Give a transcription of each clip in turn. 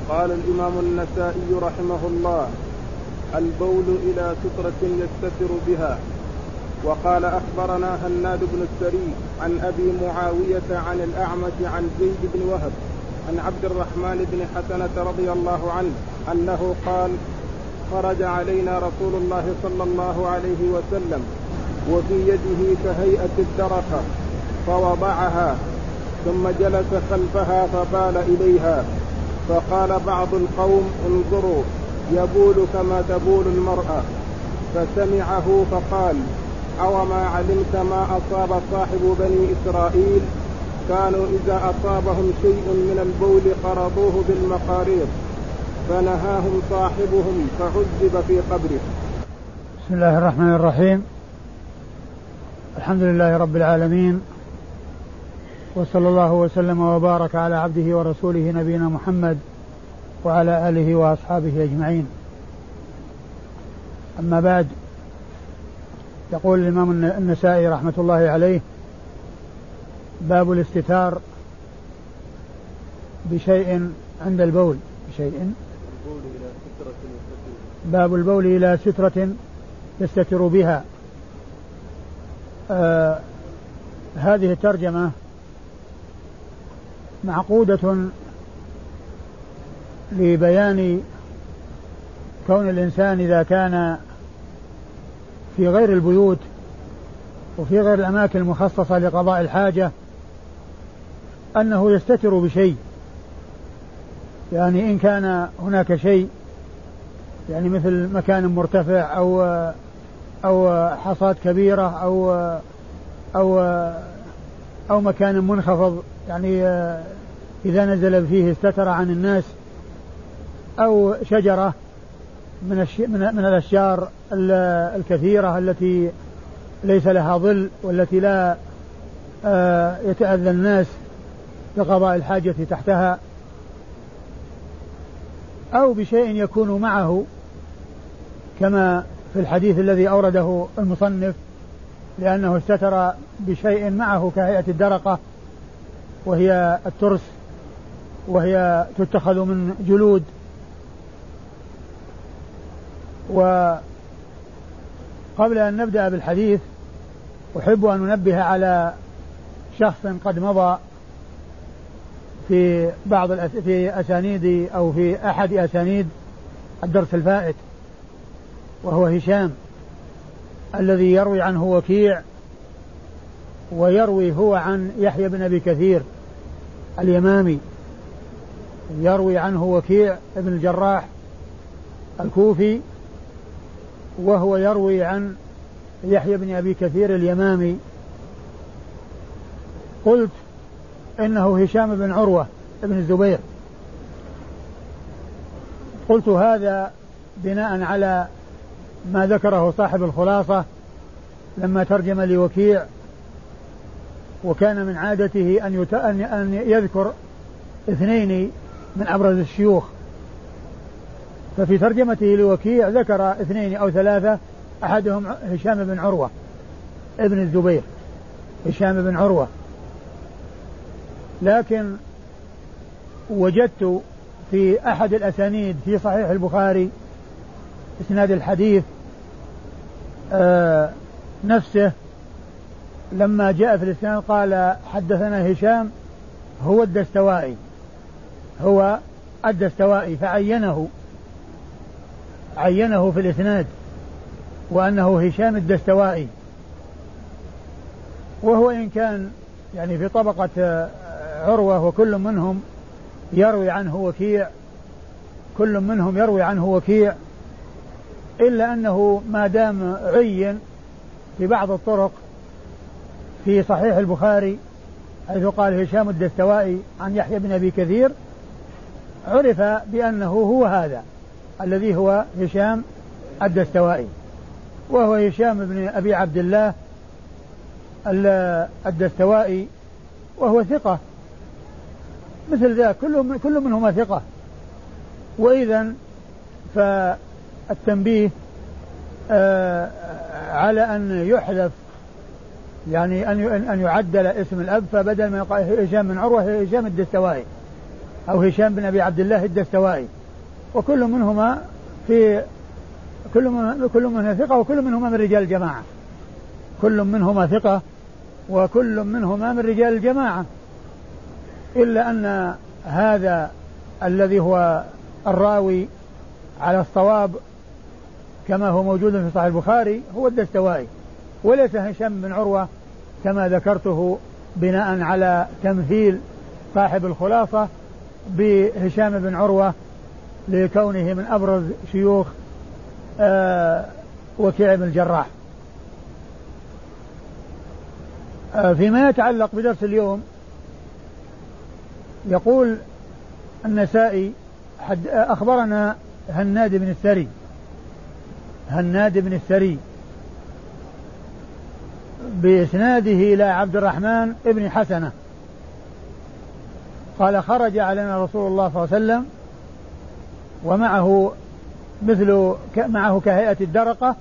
قال الإمام النسائي رحمه الله: البول إلى سترة يستتر بها. وقال أخبرنا هناد بن السري عن أبي معاوية عن الأعمش عن زيد بن وهب عن عبد الرحمن بن حسنة رضي الله عنه أنه قال: خرج علينا رسول الله صلى الله عليه وسلم وفي يده كهيئة الدرقة فوضعها ثم جلس خلفها فبال إليها، فقال بعض القوم: انظروا يبول كما تبول المرأة. فسمعه فقال: أوما علمت ما أصاب صاحب بني إسرائيل؟ كانوا إذا أصابهم شيء من البول قرضوه بالمقاريض فنهاهم صاحبهم فعذب في قبره. بسم الله الرحمن الرحيم. الحمد لله رب العالمين، وصلى الله وسلم وبارك على عبده ورسوله نبينا محمد وعلى آله وأصحابه أجمعين. أما بعد، يقول الإمام النسائي رحمة الله عليه: باب الاستتار بشيء عند البول. باب البول إلى سترة يستتر بها. هذه الترجمة معقودة لبيان كون الإنسان إذا كان في غير البيوت وفي غير الأماكن المخصصة لقضاء الحاجة أنه يستتر بشيء، يعني إن كان هناك شيء يعني مثل مكان مرتفع أو حصاد كبيرة أو مكان منخفض، يعني إذا نزل فيه استتر عن الناس، أو شجرة من الأشجار الكثيرة التي ليس لها ظل والتي لا يتأذى الناس لقضاء الحاجة تحتها، أو بشيء يكون معه كما في الحديث الذي أورده المصنف، لأنه استتر بشيء معه كهيئة الدرقة، وهي الترس، وهي تتخذ من جلود. وقبل أن نبدأ بالحديث أحب أن ننبه على شخص قد مضى في في أسانيد أو في أحد أسانيد الدرس الفائت، وهو هشام الذي يروي عنه وكيع، ويروي هو عن يحيى بن أبي كثير اليمامي، يروي عنه وكيع ابن الجراح الكوفي، وهو يروي عن يحيى بن أبي كثير اليمامي. قلت إنه هشام بن عروة ابن الزبير. قلت هذا بناء على ما ذكره صاحب الخلاصة لما ترجم لوكيع، وكان من عادته أن يذكر اثنين من أبرز الشيوخ، ففي ترجمته لوكيع ذكر اثنين أو ثلاثة، أحدهم هشام بن عروة ابن الزبير، هشام بن عروة. لكن وجدت في أحد الأسانيد في صحيح البخاري إسناد الحديث نفسه لما جاء في الإسناد قال: حدثنا هشام هو الدستوائي، فعينه في الإسناد وأنه هشام الدستوائي، وهو إن كان يعني في طبقة عروة، وكل منهم يروي عنه وكيع، إلا أنه ما دام عين في بعض الطرق في صحيح البخاري حيث قال هشام الدستوائي عن يحيى بن أبي كثير، عرف بأنه هو هذا الذي هو هشام الدستوائي، وهو هشام بن أبي عبد الله الدستوائي، وهو ثقة مثل ذا، كل منهما ثقة. وإذن فالتنبيه على أن يحذف، يعني أن يعدل اسم الأب، فبدل ما يقال هشام بن عروة هشام الدستوائي، أو هشام بن أبي عبد الله الدستوائي، وكل منهما كل منهما ثقة وكل منهما من رجال الجماعة، كل منهما ثقة وكل منهما من رجال الجماعة، إلا أن هذا الذي هو الراوي على الصواب كما هو موجود في صحيح البخاري هو الدستوائي، وليس هشام بن عروة كما ذكرته بناء على تمثيل صاحب الخلاصة بهشام بن عروة لكونه من أبرز شيوخ وكيع بن الجراح. فيما يتعلق بدرس اليوم يقول النسائي أخبرنا هناد بن السري بإسناده إلى عبد الرحمن ابن حسنة قال خرج علينا رسول الله صلى الله عليه وسلم ومعه معه كهيئة الدرقة،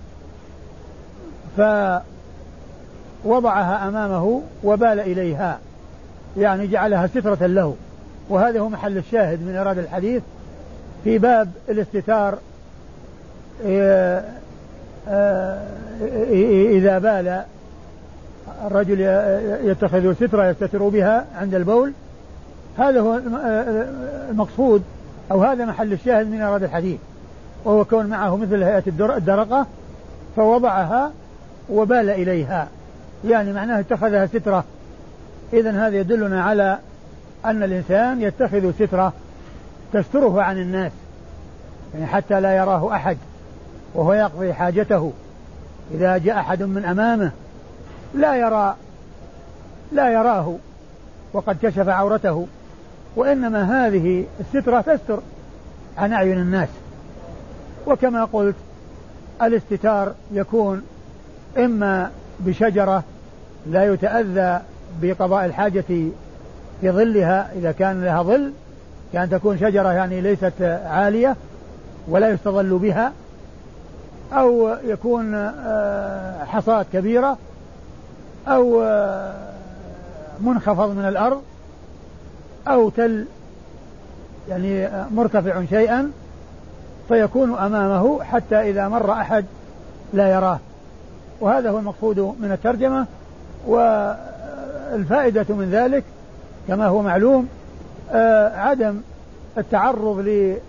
فوضعها أمامه وبال إليها، يعني جعلها سترة له. وهذا هو محل الشاهد من إرادة الحديث في باب الاستتار إذا بال الرجل يتخذ سترة يستتر بها عند البول. هذا هو المقصود أو هذا محل الشاهد من إرادة الحديث، وهو كون معه مثل هيئة الدرقة فوضعها وبال إليها، يعني معناه اتخذها سترة. إذن هذا يدلنا على أن الإنسان يتخذ سترة تستره عن الناس، يعني حتى لا يراه أحد وهو يقضي حاجته. إذا جاء أحد من أمامه لا يراه وقد كشف عورته، وإنما هذه السترة تستر عن أعين الناس. وكما قلت الاستتار يكون إما بشجرة لا يتأذى بقضاء الحاجة في ظلها إذا كان لها ظل، كان تكون شجرة يعني ليست عالية ولا يستظل بها، أو يكون حصاة كبيرة، أو منخفض من الأرض، أو تل يعني مرتفع شيئا فيكون أمامه حتى إذا مر أحد لا يراه. وهذا هو المقصود من الترجمة. والفائدة من ذلك كما هو معلوم عدم التعرض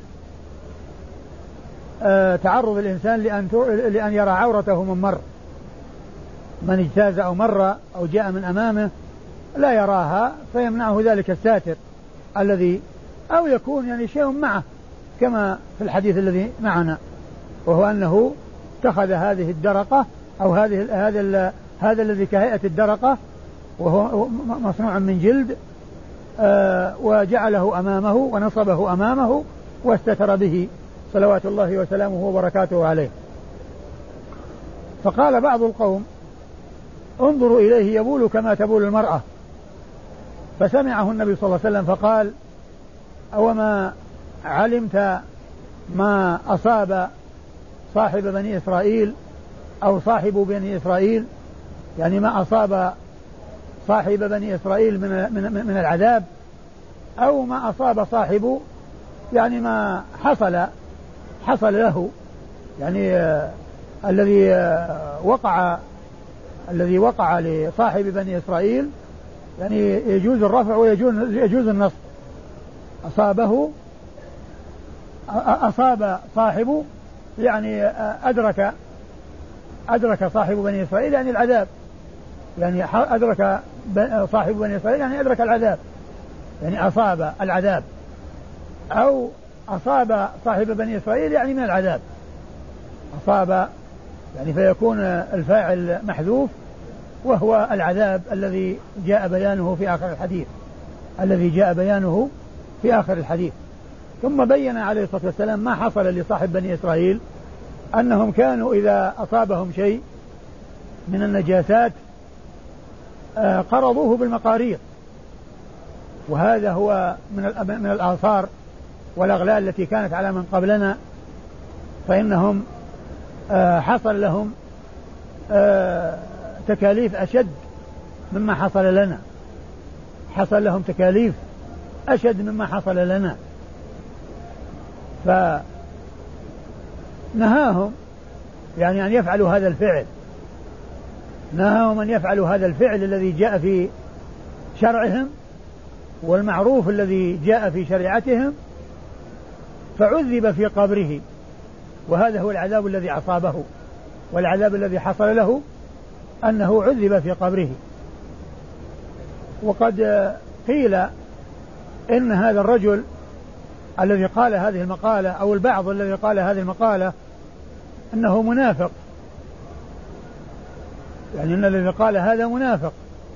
تعرض الإنسان لأن يرى عورته من اجتاز أو مر أو جاء من أمامه لا يراها، فيمنعه ذلك الساتر الذي أو يكون يعني شيء معه كما في الحديث الذي معنا، وهو أنه اتخذ هذه الدرقة أو هذا الذي كهيئة الدرقة وهو مصنوع من جلد وجعله أمامه ونصبه أمامه واستتر به صلوات الله وسلامه وبركاته عليه. فقال بعض القوم انظروا إليه يبول كما تبول المرأة، فسمعه النبي صلى الله عليه وسلم فقال أوما علمت ما أصاب صاحب بني إسرائيل أو صاحب بني إسرائيل، يعني ما أصاب صاحب بني إسرائيل من العذاب، أو ما أصاب صاحب يعني ما حصل له، يعني الذي وقع لصاحب بني إسرائيل، يعني يجوز الرفع ويجوز النصب. أصاب صاحبه يعني أدرك صاحب بني إسرائيل يعني العذاب، يعني أدرك صاحب بني إسرائيل يعني أدرك العذاب، يعني أصاب العذاب، أو أصاب صاحب بني إسرائيل يعني من العذاب. أصاب يعني فيكون الفاعل محذوف، وهو العذاب الذي جاء بيانه في آخر الحديث. ثم بين عليه الصلاة والسلام ما حصل لصاحب بني إسرائيل، أنهم كانوا إذا أصابهم شيء من النجاسات قرضوه بالمقاريض، وهذا هو من الآثار والأغلال التي كانت على من قبلنا، فإنهم حصل لهم تكاليف أشد مما حصل لنا، حصل لهم تكاليف أشد مما حصل لنا. فنهاهم يعني أن يفعلوا هذا الفعل، نهاهم أن يفعلوا هذا الفعل الذي جاء في شرعهم والمعروف الذي جاء في شريعتهم، فعذب في قبره، وهذا هو العذاب الذي أصابه، والعذاب الذي حصل له أنه عذب في قبره. وقد قيل إن هذا الرجل الذي قال هذه المقالة أو البعض الذي قال هذه المقالة أنه منافق، يعني أن الذي قال هذا منافق،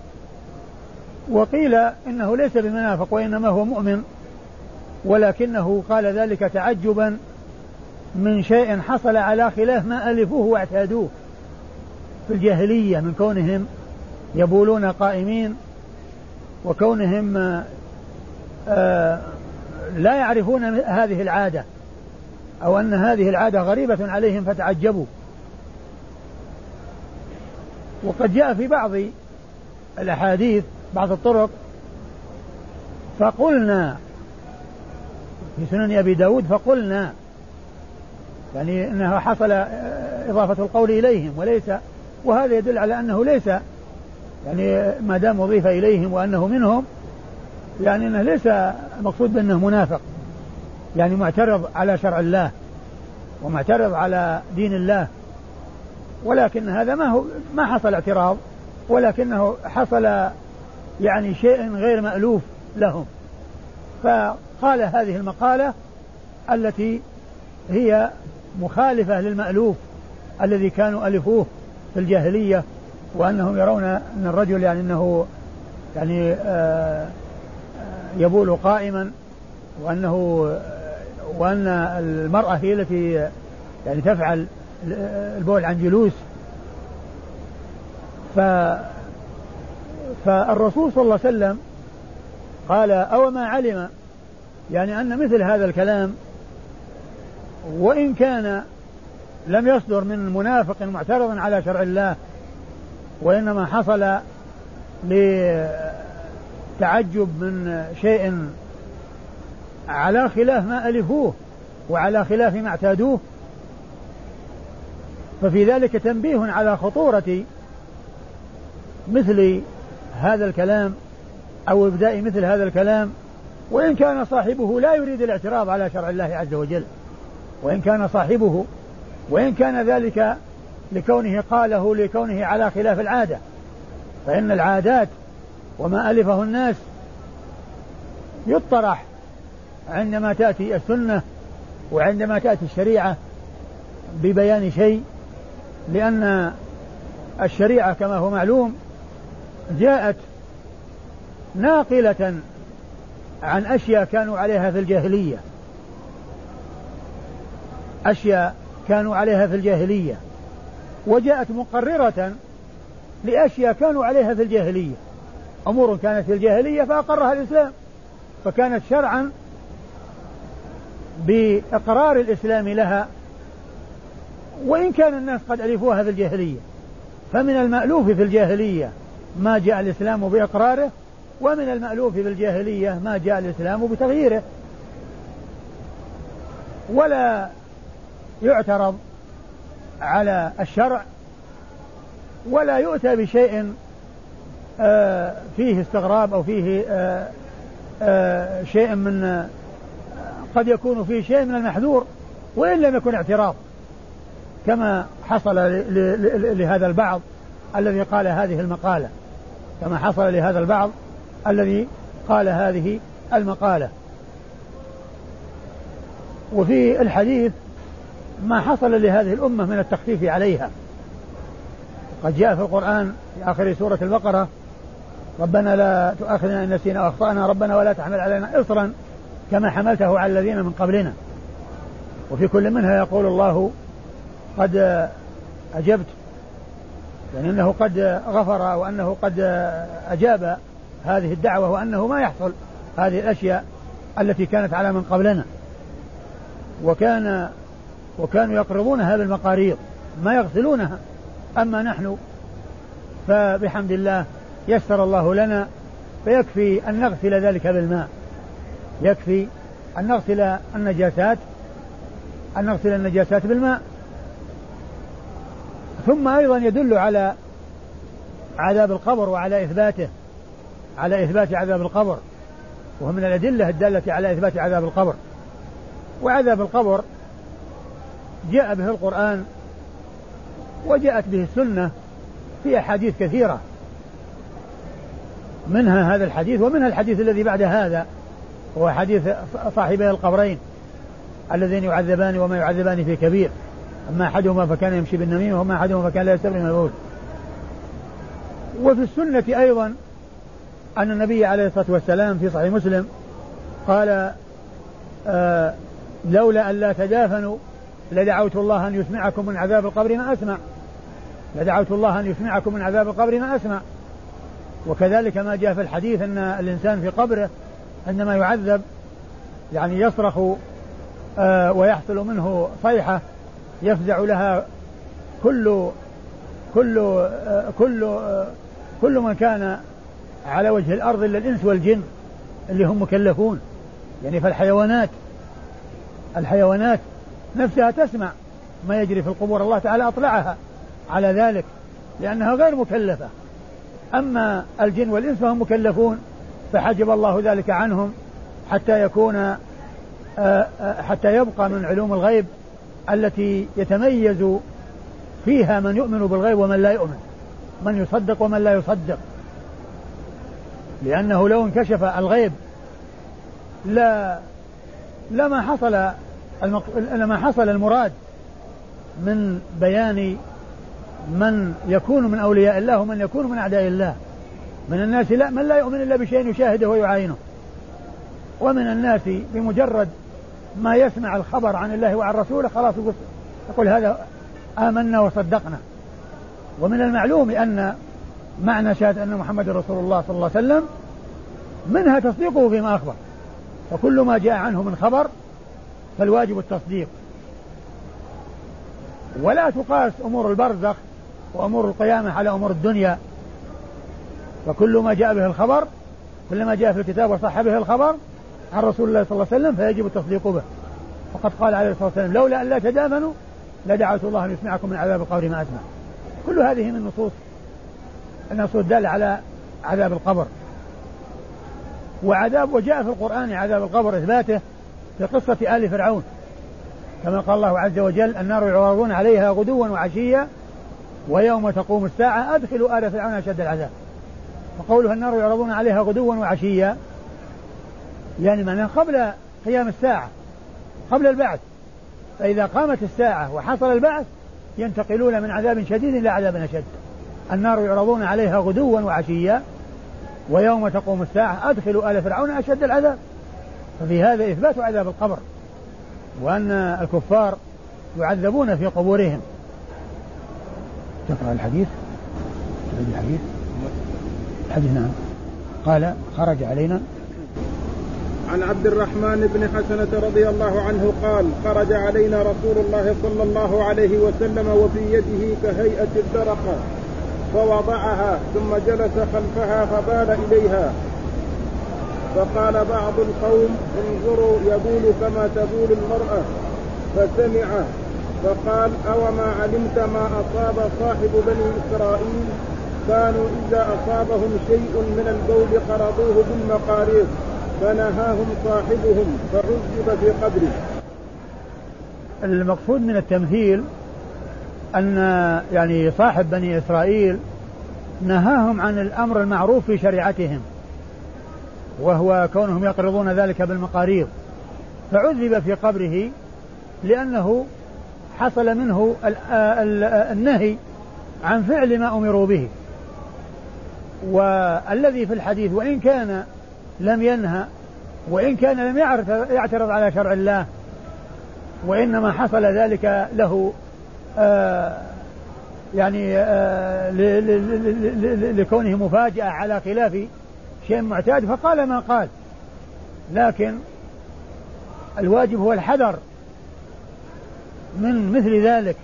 وقيل إنه ليس بمنافق وإنما هو مؤمن، ولكنه قال ذلك تعجبا من شيء حصل على خلاف ما ألفوه واعتادوه في الجاهلية، من كونهم يبولون قائمين، وكونهم لا يعرفون هذه العادة، أو أن هذه العادة غريبة عليهم فتعجبوا. وقد جاء في بعض الأحاديث بعض الطرق فقلنا في سنن أبي داود، فقلنا يعني أنه حصل إضافة القول إليهم وليس، وهذا يدل على أنه ليس يعني ما دام أضيف إليهم وأنه منهم، يعني أنه ليس مقصود بأنه منافق، يعني معترض على شرع الله ومعترض على دين الله، ولكن هذا ما حصل اعتراض، ولكنه حصل يعني شيء غير مألوف لهم، فقال هذه المقالة التي هي مخالفة للمألوف الذي كانوا ألفوه في الجاهلية، وأنهم يرون أن الرجل يعني أنه يعني يبول قائما، وأن المرأة هي التي يعني تفعل البول عن جلوس. فالرسول صلى الله عليه وسلم قال أو ما علم، يعني أن مثل هذا الكلام وإن كان لم يصدر من منافق معترض على شرع الله، وإنما حصل لتعجب من شيء على خلاف ما ألفوه وعلى خلاف ما اعتادوه، ففي ذلك تنبيه على خطورة مثل هذا الكلام أو إبداء مثل هذا الكلام، وإن كان صاحبه لا يريد الاعتراض على شرع الله عز وجل، وإن كان صاحبه، وإن كان ذلك لكونه قاله لكونه على خلاف العادة، فإن العادات وما ألفه الناس يطرح عندما تأتي السنة وعندما تأتي الشريعة ببيان شيء، لأن الشريعة كما هو معلوم جاءت ناقلة عن أشياء كانوا عليها في الجاهلية، أشياء كانوا عليها في الجاهلية، وجاءت مقررة لأشياء كانوا عليها في الجاهلية، أمور كانت في الجاهلية فأقرها الإسلام، فكانت شرعا بإقرار الإسلام لها، وإن كان الناس قد ألفوها في الجاهلية، فمن المألوف في الجاهلية ما جاء الإسلام بإقراره، ومن المألوف في الجاهلية ما جاء الإسلام بتغييره، ولا يعترض على الشرع، ولا يؤتى بشيء فيه استغراب أو فيه شيء من قد يكون فيه شيء من المحذور وإن لم يكن اعتراض، كما حصل لهذا البعض الذي قال هذه المقالة، كما حصل لهذا البعض الذي قال هذه المقالة. وفي الحديث ما حصل لهذه الأمة من التخفيف عليها، قد جاء في القرآن في آخر سورة البقرة ربنا لا تؤاخذنا إن نسينا أو أخطأنا ربنا ولا تحمل علينا إصرا كما حملته على الذين من قبلنا، وفي كل منها يقول الله قد أجبت، يعني أنه قد غفر وأنه قد أجاب هذه الدعوة، وأنه ما يحصل هذه الأشياء التي كانت على من قبلنا، وكانوا يقرضونها بالمقاريض ما يغسلونها، أما نحن فبحمد الله يسر الله لنا فيكفي أن نغسل ذلك بالماء، يكفي أن نغسل النجاسات بالماء. ثم أيضا يدل على عذاب القبر وعلى إثبات عذاب القبر، وهو من الأدلة الدالة على إثبات عذاب القبر. وعذاب القبر جاء به القرآن وجاءت به السنة في أحاديث كثيرة، منها هذا الحديث ومنها الحديث الذي بعد هذا، هو حديث صاحبي القبرين اللذين يعذبان وما يعذبان في كبير، أما أحدهما فكان يمشي بالنميمة وما أحدهما فكان لا يستغني من البول. وفي السنة أيضا أن النبي عليه الصلاة والسلام في صحيح مسلم قال لولا أن لا تدافنوا لدعوت الله أن يسمعكم من عذاب القبر ما أسمع. وكذلك ما جاء في الحديث أن الإنسان في قبره عندما يعذب يعني يصرخ ويحصل منه صيحة يفزع لها كل من كان على وجه الأرض إلا الإنس والجن اللي هم مكلفون، يعني فالحيوانات نفسها تسمع ما يجري في القبور، الله تعالى أطلعها على ذلك لأنها غير مكلفة. أما الجن والإنس فهم مكلفون، فحجب الله ذلك عنهم حتى يبقى من علوم الغيب التي يتميز فيها من يؤمن بالغيب ومن لا يؤمن، من يصدق ومن لا يصدق. لأنه لو انكشف الغيب لما حصل المراد من بيان من يكون من أولياء الله ومن يكون من أعداء الله. من الناس من لا يؤمن إلا بشيء يشاهده ويعاينه، ومن الناس بمجرد ما يسمع الخبر عن الله وعن رسوله خلاص يقول هذا آمنا وصدقنا. ومن المعلوم أن معنى شهادة أن محمد رسول الله صلى الله عليه وسلم منها تصديقه فيما أخبر، فكل ما جاء عنه من خبر فالواجب التصديق. ولا تقاس أمور البرزخ وأمور القيامة على أمور الدنيا، فكل ما جاء به الخبر، كل ما جاء في الكتاب وصح به الخبر عن رسول الله صلى الله عليه وسلم فيجب التصديق به. وقد قال عليه الصلاة والسلام لولا أن لا تدافنوا لدعوت الله أن يسمعكم من عذاب القبر ما أسمع. كل هذه من النصوص الدالة على عذاب القبر. وجاء في القرآن عذاب القبر إثباته في قصة آل فرعون، كما قال الله عز وجل النار يعرضون عليها غدوا وعشيا ويوم تقوم الساعة أدخلوا آل فرعون أشد العذاب. وقولها النار يعرضون عليها غدوا وعشيا يعني معناه قبل قيام الساعة، قبل البعث. فإذا قامت الساعة وحصل البعث ينتقلون من عذاب شديد إلى عذاب أشد. النار يعرضون عليها غدوا وعشيا ويوم تقوم الساعة أدخلوا آل فرعون أشد العذاب. ففي هذا إثبات عذاب القبر، وأن الكفار يعذبون في قبورهم. تقرأ الحديث نعم. قال خرج علينا عن عبد الرحمن بن حسنة رضي الله عنه قال خرج علينا رسول الله صلى الله عليه وسلم وفي يده كهيئة الدرقة فوضعها ثم جلس خلفها فبال إليها، فقال بعض القوم انظروا يبول كما تبول المرأة، فسمعه فقال أوما علمت ما أصاب صاحب بني إسرائيل كانوا إذا أصابهم شيء من البول قرضوه بالمقاريض فنهاهم صاحبهم فعذب في قبره. المقصود من التمثيل أن يعني صاحب بني إسرائيل نهاهم عن الأمر المعروف في شريعتهم، وهو كونهم يقرضون ذلك بالمقاريض، فعذب في قبره لأنه حصل منه النهي عن فعل ما أمروا به. والذي في الحديث وإن كان لم ينهى وإن كان لم يعترض على شرع الله، وإنما حصل ذلك له لكونه مفاجأة على خلاف شيء معتاد فقال ما قال. لكن الواجب هو الحذر من مثل ذلك،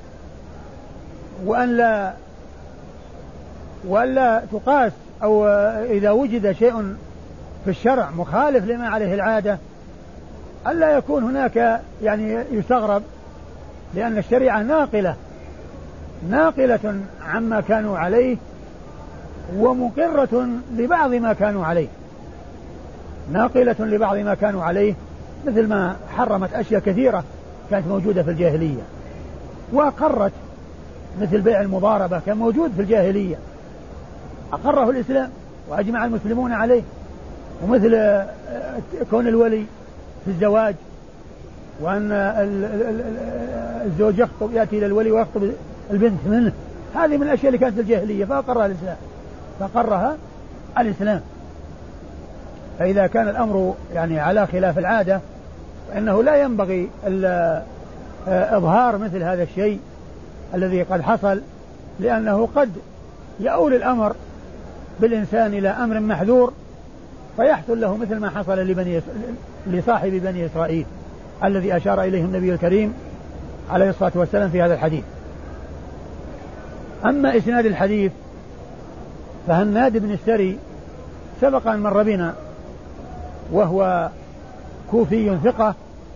وأن لا تقاس، أو إذا وجد شيء في الشرع مخالف لما عليه العادة ألا يكون هناك يعني يستغرب، لأن الشريعة ناقلة عما كانوا عليه ومقرة لبعض ما كانوا عليه، ناقلة لبعض ما كانوا عليه، مثل ما حرمت أشياء كثيرة كانت موجودة في الجاهلية وأقرت، مثل بيع المضاربة كان موجود في الجاهلية أقره الإسلام وأجمع المسلمون عليه، ومثل كون الولي في الزواج، وأن الزوج يخطب يأتي إلى الولي ويخطب البنت منه، هذه من الأشياء اللي كانت في الجاهلية فأقرها الإسلام. فإذا كان الأمر يعني على خلاف العادة فإنه لا ينبغي إظهار مثل هذا الشيء الذي قد حصل، لأنه قد يؤول الأمر بالإنسان إلى أمر محذور فيحصل له مثل ما حصل لصاحب بني إسرائيل الذي أشار إليه النبي الكريم عليه الصلاة والسلام في هذا الحديث. أما إسناد الحديث فهناد بن السري سبق أن مر بنا، وهو كوفي ثقة،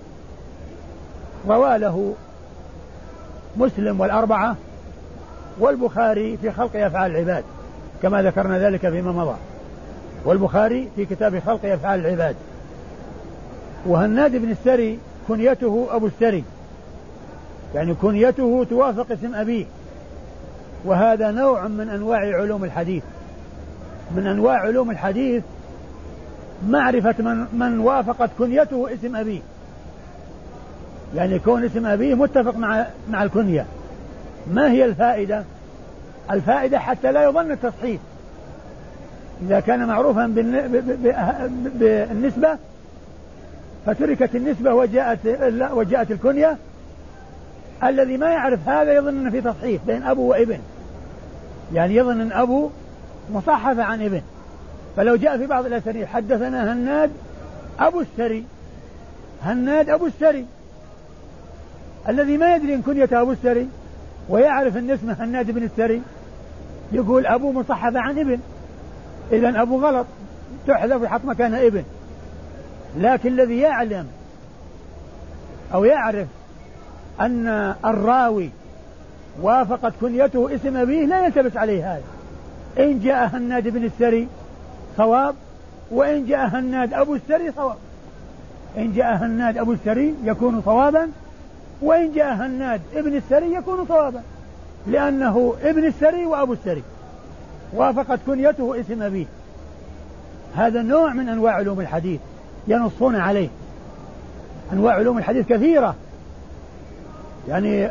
روى له مسلم والأربعة والبخاري في خلق أفعال العباد كما ذكرنا ذلك فيما مضى، والبخاري في كتاب خلق أفعال العباد. وهناد بن السري كنيته أبو السري، يعني كنيته توافق اسم أبيه، وهذا نوع من أنواع علوم الحديث. من أنواع علوم الحديث معرفة من وافقت كنيته اسم أبيه، يعني كون اسم أبيه متفق مع الكنية. ما هي الفائدة؟ الفائدة حتى لا يظن التصحيف، إذا كان معروفا بالنسبة فتركت النسبة وجاءت الكنية، الذي ما يعرف هذا يظن أن في تصحيف بين أبو وابن، يعني يظن أن أبو مصحف عن ابن. فلو جاء في بعض الأسانيد حدثنا هناد أبو السري، هناد أبو السري، الذي ما يدري إن كنيته أبو السري ويعرف أن اسمه هناد بن السري يقول أبو مصحف عن ابن، إذن أبو غلط تحذف ويحط مكانها ابن. لكن الذي يعلم أو يعرف أن الراوي وافقت كنيته اسم أبيه لا يلتبس عليه هذا، إن جاء هناد بن السري صواب، وإن جاء هناد أبو السري صواب. إن جاء هناد أبو السري يكون صوابا، وإن جاء هناد ابن السري يكون صوابا، لأنه ابن السري وأبو السري وافقت كنيته اسم أبيه. هذا نوع من أنواع علوم الحديث ينصون عليه. أنواع علوم الحديث كثيرة، يعني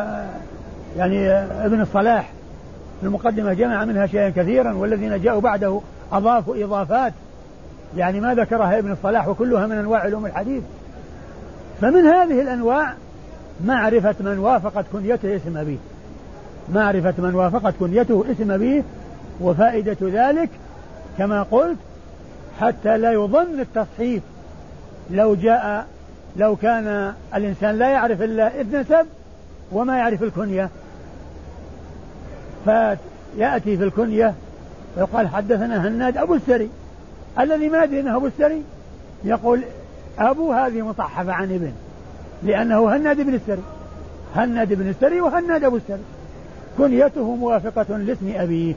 ابن الصلاح في المقدمة جمع منها شيئا كثيرا، والذين جاءوا بعده أضافوا إضافات يعني ما ذكرها ابن الصلاح، وكلها من أنواع علوم الحديث. فمن هذه الأنواع معرفة من وافقت كنيته اسم أبيه، معرفة من وافقت كنيته اسم أبيه. وفائدة ذلك كما قلت حتى لا يظن التصحيف، لو كان الإنسان لا يعرف إلا النسب وما يعرف الكنية، فيأتي في الكنية ويقال حدثنا هناد أبو السري، الذي ما يدري أنه أبو السري يقول أبو هذه مصحفة عن ابن، لأنه هناد بن السري، هناد بن السري وهناد أبو السري كنيته موافقة لاسم أبيه.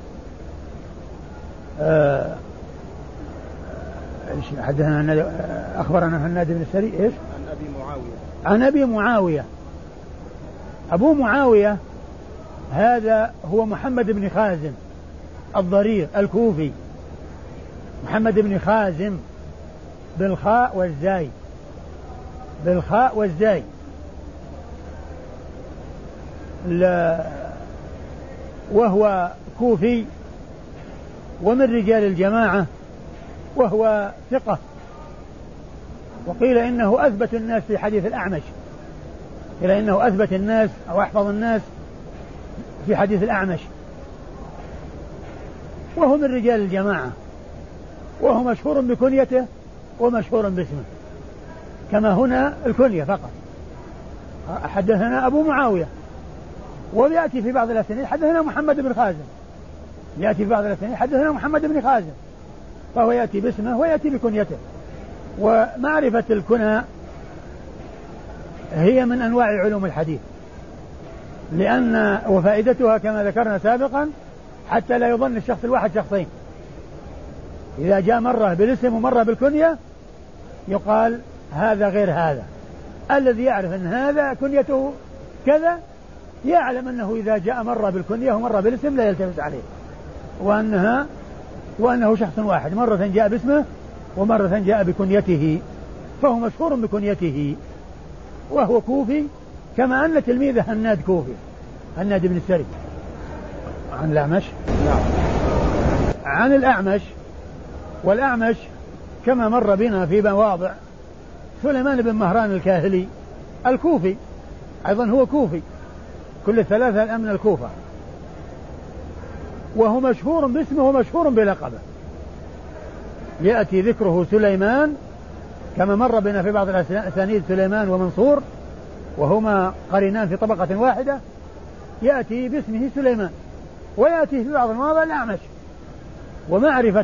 حدثنا أخبرنا هناد بن السري إيش؟ عن أبي معاوية. عن أبي معاوية. أبو معاوية هذا هو محمد بن خازم الضرير الكوفي، محمد بن خازم بالخاء والزاي، بالخاء والزاي. وهو كوفي ومن رجال الجماعة، وهو ثقة، وقيل إنه أثبت الناس في حديث الأعمش، قيل إنه أثبت الناس أو أحفظ الناس في حديث الأعمش، وهو من رجال الجماعة، وهو مشهور بكنيته ومشهور باسمه، كما هنا الكنية فقط. حدثنا أبو معاوية، ويأتي في بعض الأسانيد حدثنا محمد بن خازم، يأتي في بعض الأسانيد حدثنا محمد بن خازم، فهو يأتي باسمه ويأتي بكنيته. ومعرفة الكنى هي من أنواع علوم الحديث، لأن وفائدتها كما ذكرنا سابقا حتى لا يظن الشخص الواحد شخصين. إذا جاء مرة بالاسم ومرة بالكنية يقال هذا غير هذا. الذي يعرف أن هذا كنيته كذا يعلم أنه إذا جاء مرة بالكنية ومرة بالاسم لا يلتفت عليه، وأنه شخص واحد، مرة جاء باسمه ومرة جاء بكنيته، فهو مشهور بكنيته وهو كوفي، كما أن تلميذه هناد كوفي، هناد بن السري. عن الأعمش؟ نعم. عن الأعمش، والأعمش كما مر بنا في مواضع سليمان بن مهران الكاهلي الكوفي، أيضا هو كوفي، كل الثلاثة الآن من الكوفة، وهو مشهور باسمه ومشهور بلقبه. يأتي ذكره سليمان كما مر بنا في بعض الأسانيد، سليمان ومنصور وهما قرينان في طبقة واحدة، يأتي باسمه سليمان، ويأتي في بعض المواضع الأعمش. ومعرفة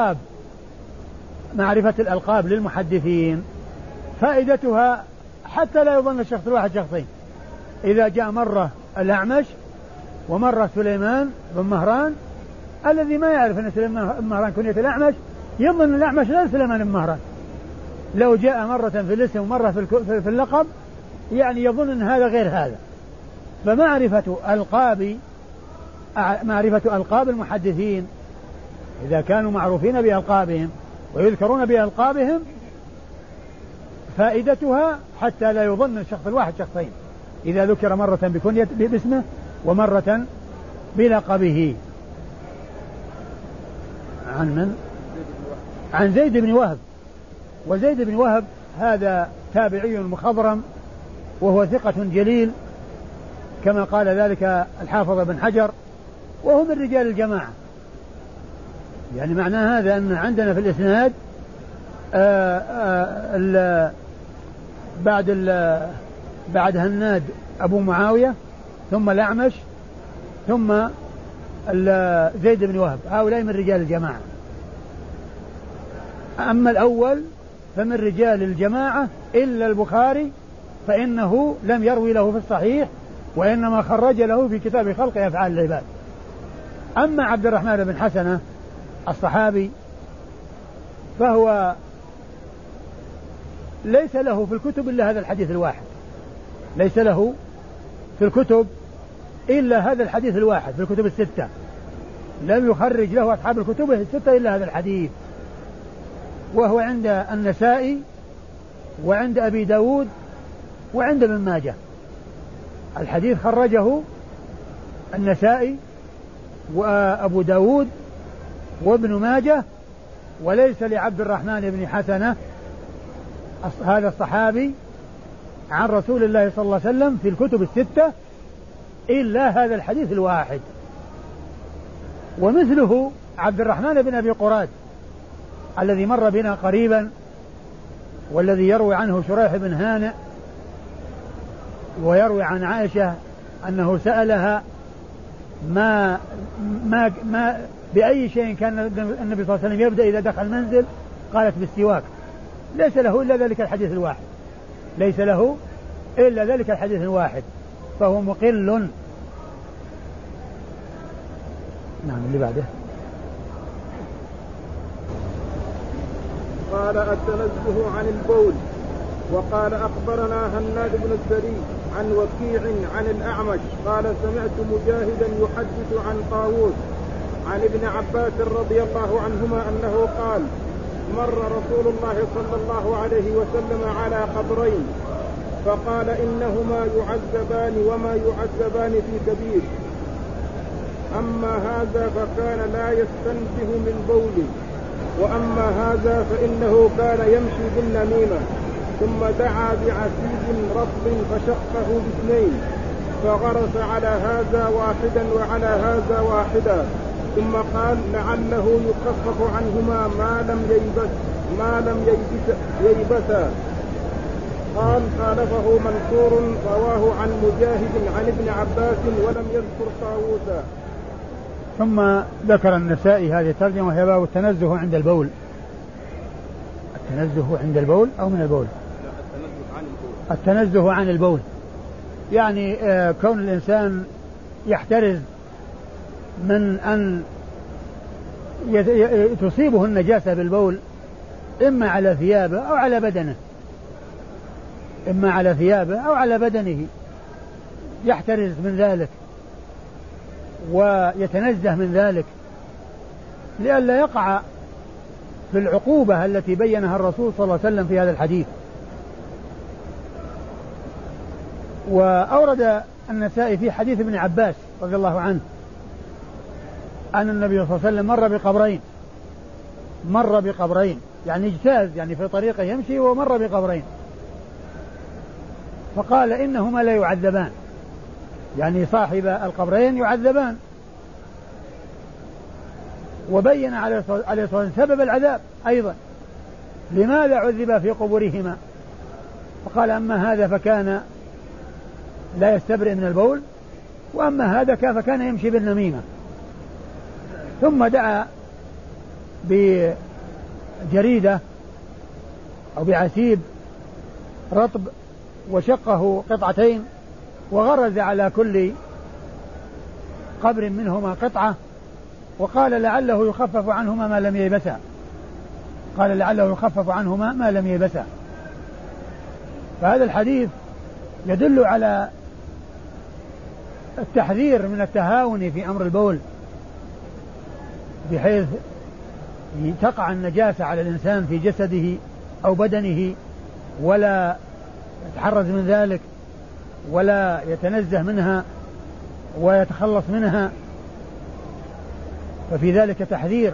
معرفة الألقاب للمحدثين فائدتها حتى لا يظن الشخص الواحد شخصين. إذا جاء مرة الأعمش ومرة سليمان بن مهران، الذي ما يعرف أن سليمان بن مهران كنية الأعمش يظن الأعمش لا سليمان بن مهران. لو جاء مرة في الاسم ومرة في اللقب يعني يظن أن هذا غير هذا. معرفة ألقاب المحدثين إذا كانوا معروفين بألقابهم ويذكرون بألقابهم فائدتها حتى لا يظن الشخص الواحد شخصين، إذا ذكر مرة بكنية باسمه ومرة بلقبه. عن من؟ عن زيد بن وهب. وزيد بن وهب هذا تابعي مخضرم وهو ثقة جليل كما قال ذلك الحافظ بن حجر، وهو من رجال الجماعة. يعني معنى هذا أن عندنا في الإسناد بعد هناد أبو معاوية ثم الأعمش ثم زيد بن وهب، هؤلاء من رجال الجماعة. أما الأول فمن رجال الجماعة إلا البخاري فإنه لم يروي له في الصحيح، وإنما خرج له في كتاب خلق أفعال العباد. أما عبد الرحمن بن حسنة الصحابي فهو ليس له في الكتب إلا هذا الحديث الواحد، ليس له في الكتب إلا هذا الحديث الواحد في الكتب الستة، لم يخرج له أصحاب الكتب الستة إلا هذا الحديث، وهو عند النسائي وعند أبي داود وعند ابن ماجه. الحديث خرجه النسائي وأبو داود وابن ماجه، وليس لعبد الرحمن بن حسنة هذا الصحابي عن رسول الله صلى الله عليه وسلم في الكتب الستة إلا هذا الحديث الواحد. ومثله عبد الرحمن بن أبي قراد الذي مر بنا قريبا، والذي يروي عنه شريح بن هانئ، ويروي عن عائشة أنه سألها ما بأي شيء كان النبي صلى الله عليه وسلم يبدأ إذا دخل المنزل، قالت بالسواك. ليس له إلا ذلك الحديث الواحد، ليس له إلا ذلك الحديث الواحد، فهو مقل. نعم. اللي بعده قال التنزه عن البول. وقال أخبرنا هناد بن السري عن وكيع عن الأعمش قال سمعت مجاهدا يحدث عن طاووس عن ابن عباس رضي الله عنهما أنه قال مر رسول الله صلى الله عليه وسلم على قبرين فقال إنهما يعذبان وما يعذبان في كبير، أما هذا فكان لا يستنزه من بوله، وأما هذا فإنه كان يمشي بالنميمة، ثم دعا بعسيد رطب فشقه باثنين، فغرس على هذا واحدا وعلى هذا واحدا، ثم قال لعله يخفف عنهما ما لم ييبسا. قال خالفه منصور رواه عن مجاهد عن ابن عباس ولم يذكر طاووسا. ثم ذكر النسائي هذه الترجمة وهي باب التنزه عند البول. التنزه عند البول أو من البول؟ التنزه عن البول يعني كون الإنسان يحترز من أن تصيبه النجاسة بالبول إما على ثيابه أو على بدنه، إما على ثيابه أو على بدنه، يحترز من ذلك ويتنزه من ذلك لئلا يقع في العقوبة التي بينها الرسول صلى الله عليه وسلم في هذا الحديث. وأورد النسائي في حديث ابن عباس رضي الله عنه أن النبي صلى الله عليه وسلم مر بقبرين يعني اجتاز يعني في طريقه يمشي ومر بقبرين، فقال إنهما لا يعذبان، يعني صاحب القبرين يعذبان، وبين عليه الصلاة والسلام سبب العذاب أيضا لماذا عذب في قبورهما، فقال أما هذا فكان لا يستبرئ من البول، وأما هذا فكان يمشي بالنميمة. ثم دعا بجريدة أو بعسيب رطب وشقه قطعتين وغرز على كل قبر منهما قطعة، وقال لعله يخفف عنهما ما لم ييبسا، قال لعله يخفف عنهما ما لم ييبسا. فهذا الحديث يدل على التحذير من التهاون في أمر البول، بحيث تقع النجاسة على الإنسان في جسده أو بدنه ولا يتحرز من ذلك ولا يتنزه منها ويتخلص منها، ففي ذلك تحذير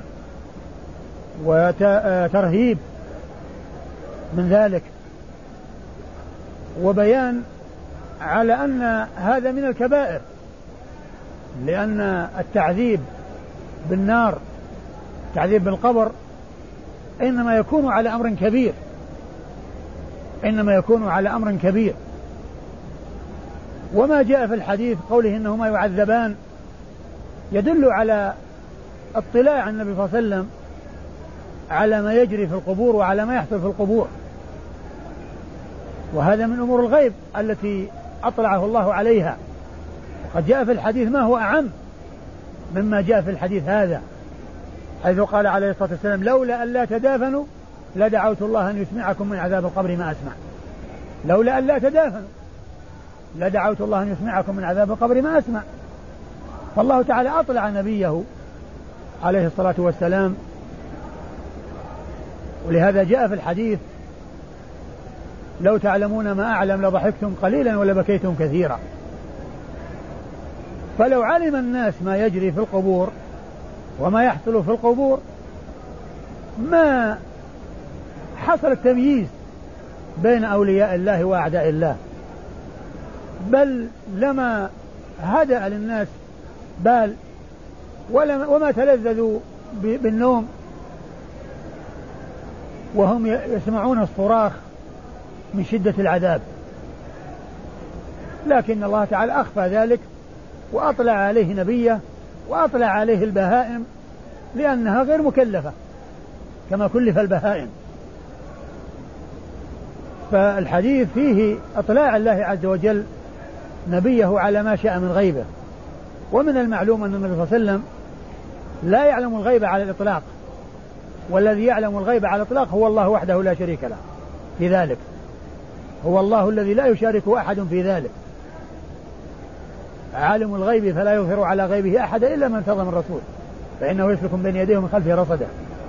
وترهيب من ذلك، وبيان على أن هذا من الكبائر، لأن التعذيب بالنار التعذيب بالقبر إنما يكون على أمر كبير، إنما يكون على أمر كبير. وما جاء في الحديث قوله إنهما يعذبان يدل على اطلاع النبي صلى الله عليه وسلم على ما يجري في القبور وعلى ما يحصل في القبور، وهذا من أمور الغيب التي أطلعه الله عليها. وقد جاء في الحديث ما هو أعم مما جاء في الحديث هذا، حيث قال عليه الصلاة والسلام لولا أن لا تدافنوا لدعوت الله أن يسمعكم من عذاب القبر ما أسمع، لولا أن لا تدافنوا لدعوت الله أن يسمعكم من عذاب القبر ما أسمع. فالله تعالى أطلع نبيه عليه الصلاة والسلام، ولهذا جاء في الحديث لو تعلمون ما أعلم لضحكتم قليلا ولبكيتم كثيرا. فلو علم الناس ما يجري في القبور وما يحصل في القبور ما حصل التمييز بين أولياء الله وأعداء الله، بل لما هدأ للناس بال وما تلذذوا بالنوم وهم يسمعون الصراخ من شدة العذاب. لكن الله تعالى أخفى ذلك وأطلع عليه نبيه وأطلع عليه البهائم لأنها غير مكلفة كما كلف البهائم. فالحديث فيه اطلاع الله عز وجل نبيه على ما شاء من غيبه. ومن المعلوم أن النبي صلى الله عليه وسلم لا يعلم الغيب على الإطلاق، والذي يعلم الغيب على الإطلاق هو الله وحده لا شريك له في ذلك، هو الله الذي لا يشاركه أحد في ذلك. عالم الغيب فلا يظهر على غيبه أحد إلا من ارتضى من رسول فإنه يسلك من بين يديه ومن خلفه رصدا.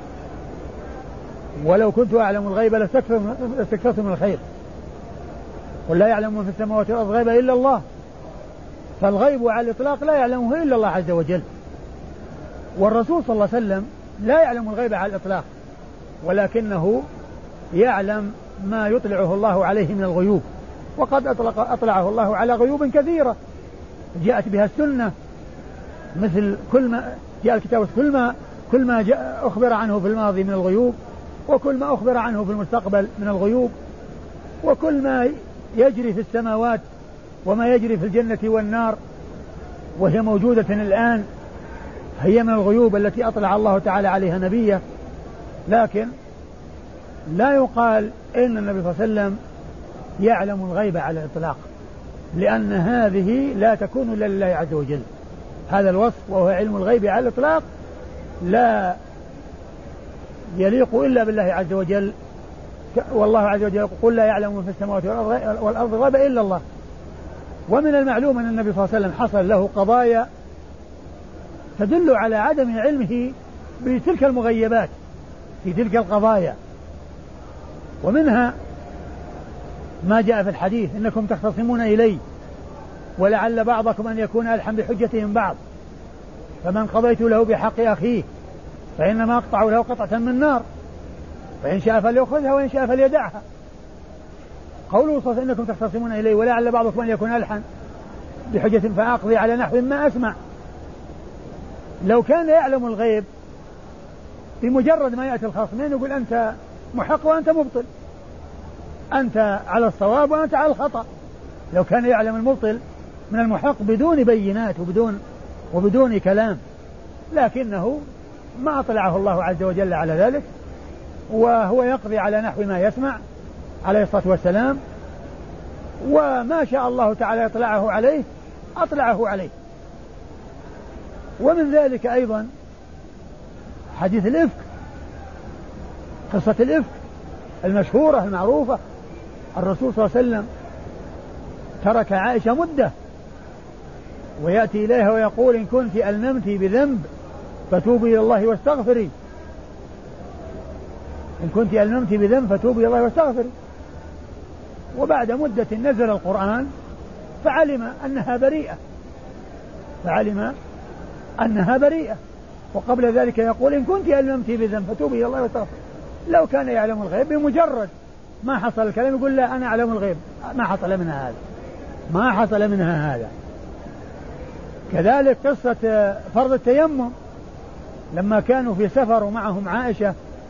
ولو كنت أعلم الغيب لاستكثرت من الخير، قل لا يعلم من في السماوات والأرض غيب إلا الله. فالغيب على الإطلاق لا يعلمه إلا الله عز وجل، والرسول صلى الله عليه وسلم لا يعلم الغيب على الإطلاق، ولكنه يعلم ما يطلعه الله عليه من الغيوب، وقد أطلعه الله على غيوب كثيرة جاءت بها السنة، مثل كل ما جاء الكتاب كل ما جاء أخبر عنه في الماضي من الغيوب، وكل ما أخبر عنه في المستقبل من الغيوب، وكل ما يجري في السماوات وما يجري في الجنة والنار وهي موجودة الآن هي من الغيوب التي أطلع الله تعالى عليها نبيه. لكن لا يقال إن النبي صلى الله عليه وسلم يعلم الغيب على الإطلاق، لأن هذه لا تكون إلا لله عز وجل. هذا الوصف وهو علم الغيب على الإطلاق لا يليق إلا بالله عز وجل، والله عز وجل يقول قل لا يعلم من في السماوات والأرض الغيب إلا الله. ومن المعلوم أن النبي صلى الله عليه وسلم حصل له قضايا تدل على عدم علمه بتلك المغيبات في تلك القضايا، ومنها ما جاء في الحديث إنكم تختصمون إلي ولعل بعضكم أن يكون ألحن بحجتهم بعض، فمن قضيت له بحق أخيه فإنما أقطع له قطعة من نار، فإن شاء فليأخذها وإن شاء فليدعها. قوله صلى الله عليه وسلم إنكم تختصمون إلي ولعل بعضكم أن يكون ألحن بحجة فأقضي على نحو ما أسمع. لو كان يعلم الغيب بمجرد ما يأتي الخصمين يقول أنت محق وأنت مبطل، أنت على الصواب وأنت على الخطأ. لو كان يعلم المبطل من المحق بدون بينات وبدون كلام، لكنه ما أطلعه الله عز وجل على ذلك، وهو يقضي على نحو ما يسمع عليه الصلاة والسلام، وما شاء الله تعالى يطلعه عليه أطلعه عليه. ومن ذلك أيضا حديث الإفك، قصة الإفك المشهورة المعروفة. الرسول صلى الله عليه وسلم ترك عائشة مدة ويأتي إليها ويقول إن كنت ألممت بذنب فتوبي إلى الله واستغفري، إن كنت ألممت بذنب فتوبي إلى الله واستغفري. وبعد مدة نزل القرآن فعلم أنها بريئة، وقبل ذلك يقول إن كنت ألممت بذنب فتوبي إلى الله واستغفري. لو كان يعلم الغيب بمجرد ما حصل الكلام يقول لا أنا أعلم الغيب، ما حصل منها هذا. كذلك قصة فرض التيمم لما كانوا في سفر ومعهم عائشة،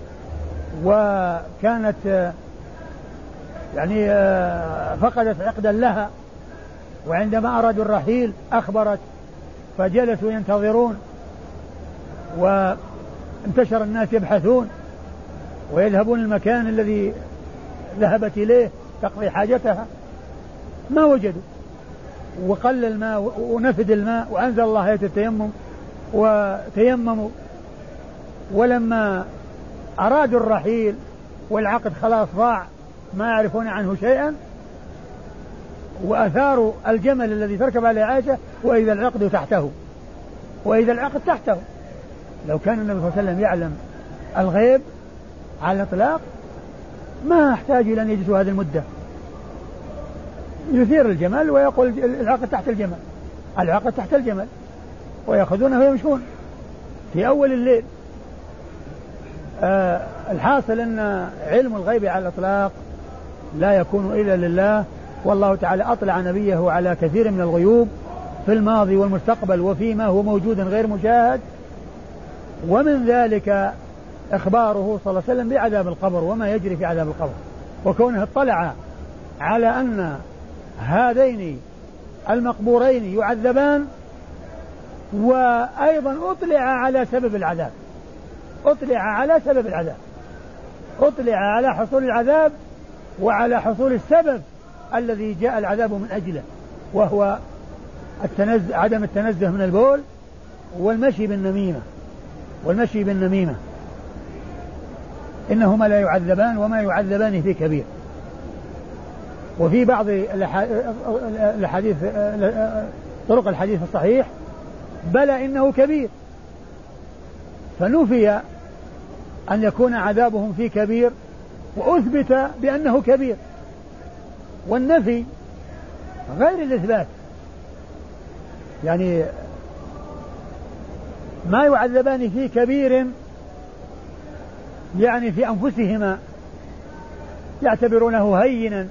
وكانت يعني فقدت عقدا لها، وعندما أرادوا الرحيل أخبرت، فجلسوا ينتظرون، وانتشر الناس يبحثون ويذهبون المكان الذي ذهبت إليه تقضي حاجتها، ما وجدوا، وقل الماء ونفد الماء، وأنزل الله آية التيمم وتيمموا. ولما أرادوا الرحيل والعقد خلاص ضاع ما يعرفون عنه شيئا، وأثاروا الجمل الذي تركب عليه عائشة وإذا العقد تحته. لو كان النبي صلى الله عليه وسلم يعلم الغيب على الإطلاق ما احتاج إلى أن يجلسوا هذه المدة، يثير الجمل ويقول العقد تحت الجمل ويأخذونه ويمشون في أول الليل. الحاصل أن علم الغيب على الإطلاق لا يكون إلا لله، والله تعالى أطلع نبيه على كثير من الغيوب في الماضي والمستقبل وفيما هو موجود غير مشاهد. ومن ذلك إخباره صلى الله عليه وسلم بعذاب القبر وما يجري في عذاب القبر، وكونه اطلع على أن هذين المقبورين يعذبان، وأيضا أطلع على سبب العذاب، أطلع على حصول العذاب وعلى حصول السبب الذي جاء العذاب من أجله، وهو عدم التنزه من البول والمشي بالنميمة. إنهما لا يعذبان وما يعذبان في كبير. وفي بعض الحديث طرق الحديث الصحيح بلى إنه كبير، فنفي أن يكون عذابهم في كبير وأثبت بأنه كبير، والنفي غير الإثبات. يعني ما يعذبان في كبير يعني في أنفسهما يعتبرونه هينا،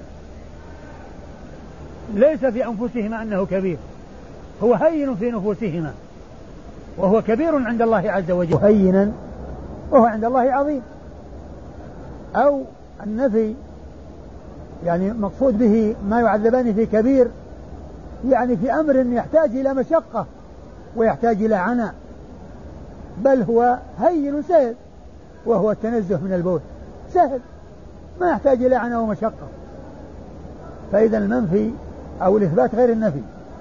ليس في أنفسهما أنه كبير، هو هين في نفوسهما وهو كبير عند الله عز وجل، هينا وهو عند الله عظيم. أو النفي يعني مقصود به ما يعذبان في كبير يعني في أمر يحتاج إلى مشقة ويحتاج إلى عناء، بل هو هين سهل، وهو التنزه من البول سهل، ما يحتاج إلى عناء ومشقة. فإذا المنفي أو الإثبات غير النفي.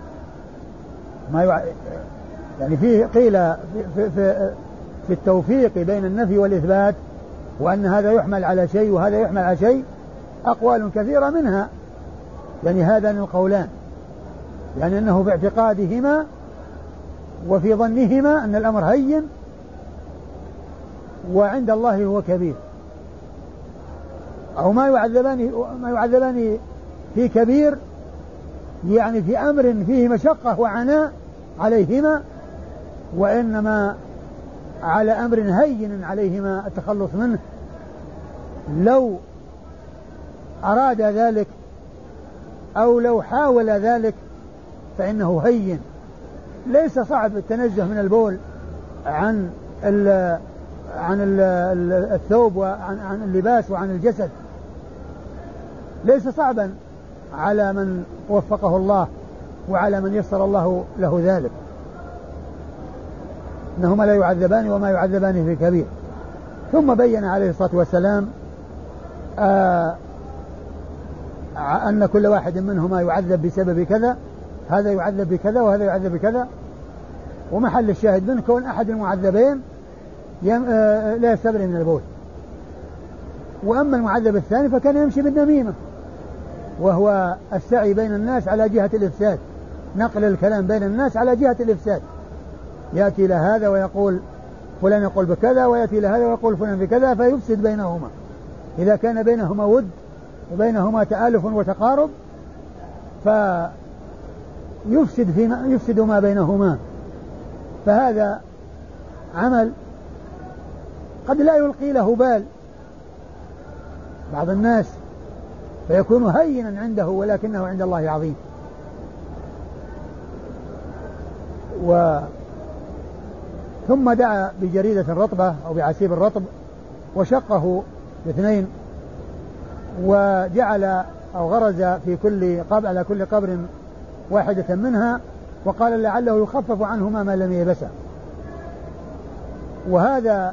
يعني فيه قيل في التوفيق بين النفي والإثبات، وأن هذا يحمل على شيء وهذا يحمل على شيء، أقوال كثيرة منها يعني هذان القولان، يعني أنه باعتقادهما وفي ظنهما أن الأمر هين وعند الله هو كبير، أو ما يعذبان في كبير، يعني في أمر فيه مشقة وعناء عليهما، وإنما على أمر هين عليهما التخلص منه. لو أراد ذلك أو لو حاول ذلك فإنه هين. ليس صعب التنزه من البول عن الثوب وعن اللباس وعن الجسد، ليس صعبا على من وفقه الله وعلى من يسر الله له ذلك. إنهما لا يعذبان وما يعذبان في كبير. ثم بين عليه الصلاة والسلام أن كل واحد منهما يعذب بسبب كذا، هذا يعذب بكذا وهذا يعذب بكذا. ومحل الشاهد منه كون أحد المعذبين لا يستبرئ من البول. وأما المعذب الثاني فكان يمشي بالنميمة، وهو السعي بين الناس على جهة الإفساد، نقل الكلام بين الناس على جهة الإفساد. يأتي لهذا ويقول فلان يقول بكذا، ويأتي لهذا ويقول فلان بكذا، فيفسد بينهما. إذا كان بينهما ود وبينهما تآلف وتقارب يفسد ما بينهما. فهذا عمل قد لا يلقي له بال بعض الناس فيكون هينا عنده، ولكنه عند الله عظيم. ثم دعا بجريدة رطبة أو بعسيب الرطب وشقه باثنين، وجعل أو غرز في كل قبر على كل قبر واحدة منها، وقال لعله يخفف عنهما ما لم يبسا. وهذا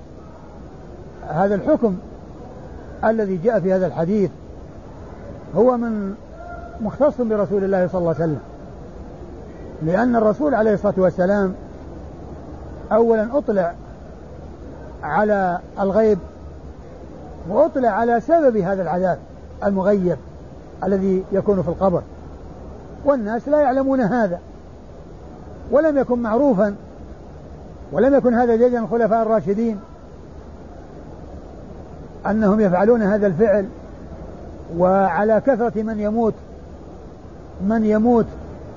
الحكم الذي جاء في هذا الحديث هو من مختص برسول الله صلى الله عليه وسلم، لأن الرسول عليه الصلاة والسلام أولا أطلع على الغيب، وأطلع على سبب هذا العذاب المغيب الذي يكون في القبر، والناس لا يعلمون هذا، ولم يكن معروفا، ولم يكن هذا جيدا الخلفاء الراشدين أنهم يفعلون هذا الفعل. وعلى كثرة من يموت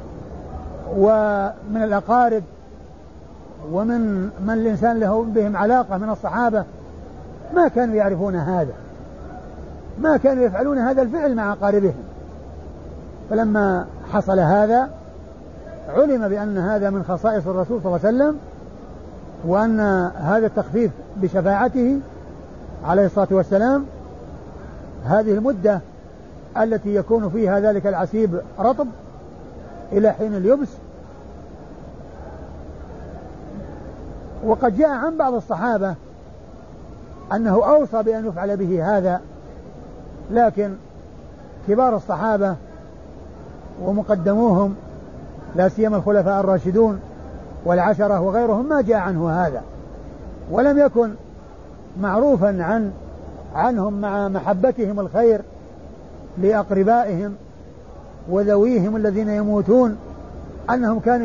ومن الأقارب ومن الإنسان له بهم علاقة من الصحابة ما كانوا يعرفون هذا، ما كانوا يفعلون هذا الفعل مع أقاربهم. فلما حصل هذا علم بأن هذا من خصائص الرسول صلى الله عليه وسلم، وأن هذا التخفيف بشفاعته عليه الصلاة والسلام هذه المدة التي يكون فيها ذلك العسيب رطب إلى حين اليبس. وقد جاء عن بعض الصحابة أنه أوصى بأن يفعل به هذا، لكن كبار الصحابة ومقدموهم لا سيما الخلفاء الراشدون والعشرة وغيرهم ما جاء عنه هذا، ولم يكن معروفا عنهم مع محبتهم الخير لأقربائهم وذويهم الذين يموتون أنهم كانوا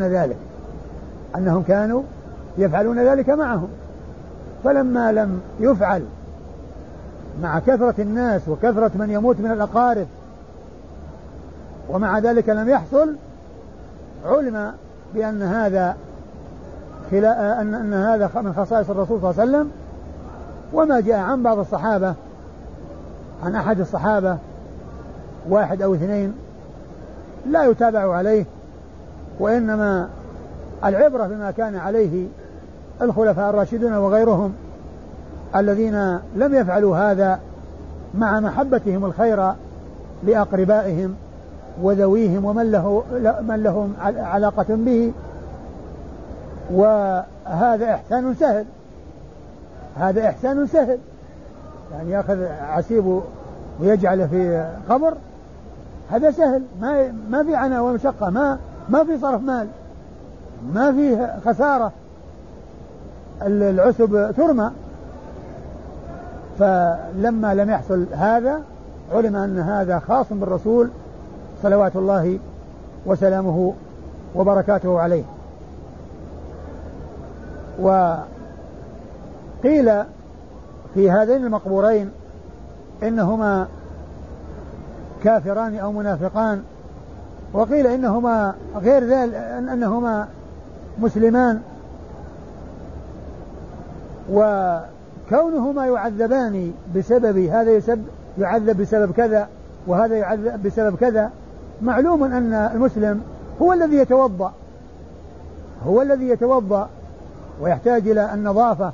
يفعلون ذلك معهم. فلما لم يفعل مع كثرة الناس وكثرة من يموت من الأقارب، ومع ذلك لم يحصل، علم بأن هذا أن هذا من خصائص الرسول صلى الله عليه وسلم. وما جاء عن بعض الصحابة، عن أحد الصحابة واحد أو اثنين، لا يتابع عليه، وإنما العبرة بما كان عليه الخلفاء الراشدون وغيرهم الذين لم يفعلوا هذا مع محبتهم الخير لأقربائهم وذويهم ومن لهم علاقة به. وهذا إحسان سهل، يعني يأخذ عسيب ويجعله في قبر، هذا سهل، ما في عناء ومشقة، ما في صرف مال، ما في خسارة، العسب ترمى. فلما لم يحصل هذا علم أن هذا خاص بالرسول صلوات الله وسلامه وبركاته عليه. وقيل في هذين المقبورين إنهما كافران أو منافقان، وقيل إنهما غير ذلك، أنهما مسلمان، وكونهما يعذبان بسبب هذا يعذب بسبب كذا وهذا يعذب بسبب كذا، معلوم أن المسلم هو الذي يتوضأ ويحتاج إلى النظافة،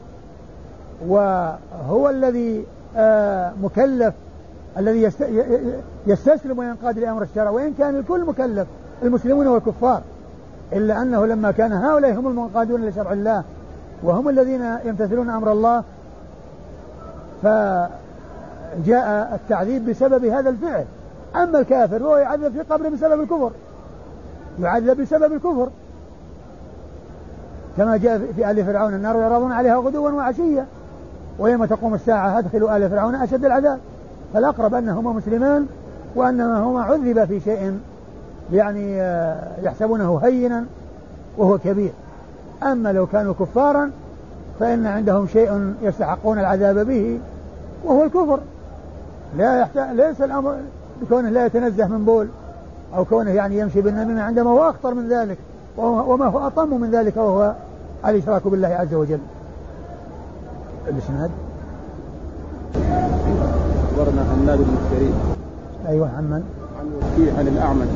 وهو الذي مكلف الذي يستسلم وينقاد لأمر الشرع، وإن كان الكل مكلف المسلمون والكفار، إلا أنه لما كان هؤلاء هم المنقادون لشرع الله وهم الذين يمتثلون أمر الله، فجاء التعذيب بسبب هذا الفعل. أما الكافر هو يعذب في قبره بسبب الكفر، يعذب بسبب الكفر، كما جاء في آل فرعون النار يعرضون عليها غدوا وعشيا ويوم تقوم الساعة أدخلوا آل فرعون أشد العذاب. فالأقرب أنهما مسلمان، وأنما هما عذب في شيء يعني يحسبونه هينا وهو كبير. أما لو كانوا كفارا فإن عندهم شيء يستحقون العذاب به وهو الكفر. ليس الأمر بكونه لا يتنزه من بول أو كونه يعني يمشي بالنميمة، عندما هو أخطر من ذلك وما هو أطم من ذلك، وهو الإشراك بالله عز وجل. الإسناد أخبرنا هناد بن السري. أيوة عن وكيع عن الأعمش.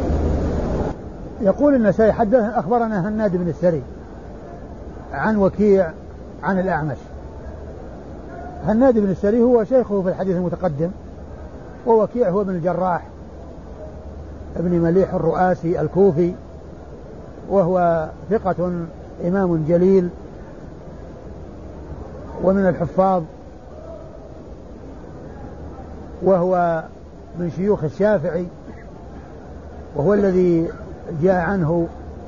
يقول النسائي أخبرنا هناد بن السري عن وكيع عن الأعمش. هناد بن السري هو شيخه في الحديث المتقدم، ووكيع هو ابن الجراح ابن مليح الرؤاسي الكوفي، وهو ثقة إمام جليل ومن الحفاظ، وهو من شيوخ الشافعي، وهو الذي جاء عنه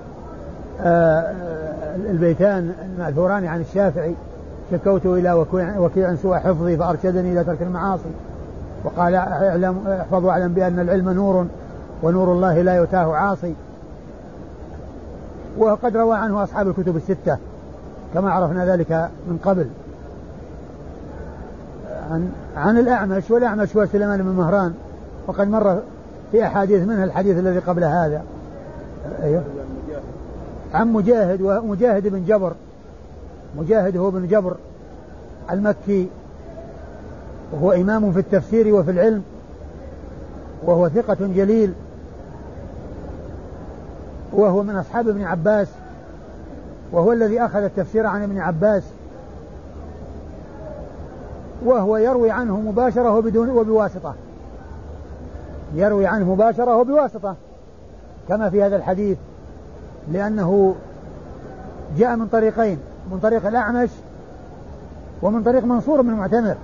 البيتان المأثوران عن الشافعي: شكوت إلى وكيع سوء حفظي فأرشدني إلى ترك المعاصي، وقال احفظ واعلم بأن العلم نور ونور الله لا يتاه عاصي. وقد روى عنه أصحاب الكتب الستة كما عرفنا ذلك من قبل. عن الأعمش، والأعمش هو سليمان بن مهران، وقد مر في أحاديث منها الحديث الذي قبل هذا. أيوه. عن مجاهد، ومجاهد بن جبر، مجاهد هو بن جبر المكي، وهو إمام في التفسير وفي العلم، وهو ثقة جليل، وهو من أصحاب ابن عباس، وهو الذي أخذ التفسير عن ابن عباس، وهو يروي عنه مباشرة وبواسطة، يروي عنه مباشرة وبواسطة كما في هذا الحديث، لأنه جاء من طريقين: من طريق الأعمش ومن طريق منصور بن المعتمر.